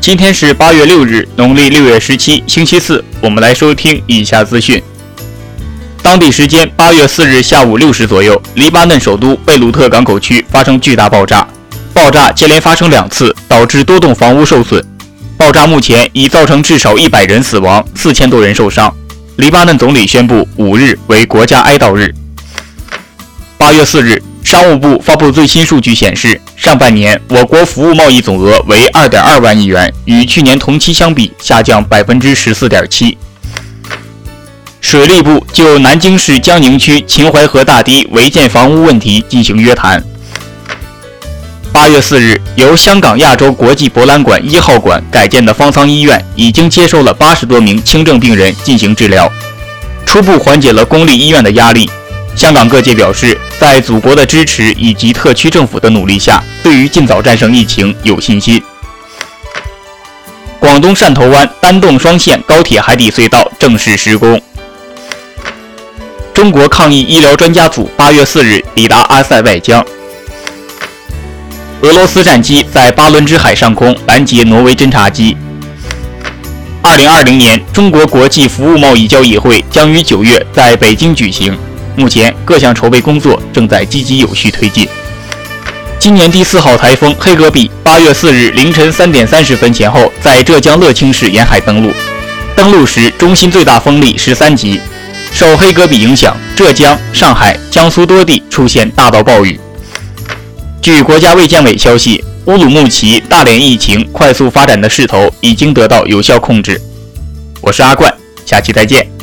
今天是8月6日，农历6月17，星期四。我们来收听以下资讯。当地时间8月4日下午6时左右，黎巴嫩首都贝鲁特港口区发生巨大爆炸，爆炸接连发生2次，导致多栋房屋受损。爆炸目前已造成至少100人死亡，4000多人受伤。黎巴嫩总理宣布5日为国家哀悼日。8月4日，商务部发布最新数据显示，上半年我国服务贸易总额为2.2万亿元，与去年同期相比下降14.7%。水利部就南京市江宁区秦淮河大堤违建房屋问题进行约谈。8月4日，由香港亚洲国际博览馆1号馆改建的方舱医院已经接收了80多名轻症病人进行治疗，初步缓解了公立医院的压力。香港各界表示，在祖国的支持以及特区政府的努力下，对于尽早战胜疫情有信心。广东汕头湾单洞双线高铁海底隧道正式施工。中国抗疫医疗专家组8月4日抵达阿塞拜疆。俄罗斯战机在巴伦支海上空拦截挪威侦察机。2020年中国国际服务贸易交易会将于9月在北京举行，目前各项筹备工作正在积极有序推进。今年第4号台风黑格比8月4日凌晨3点30分前后在浙江乐清市沿海登陆，登陆时中心最大风力13级。受黑格比影响，浙江、上海、江苏多地出现大到暴雨。据国家卫健委消息，乌鲁木齐、大连疫情快速发展的势头已经得到有效控制。我是阿冠，下期再见。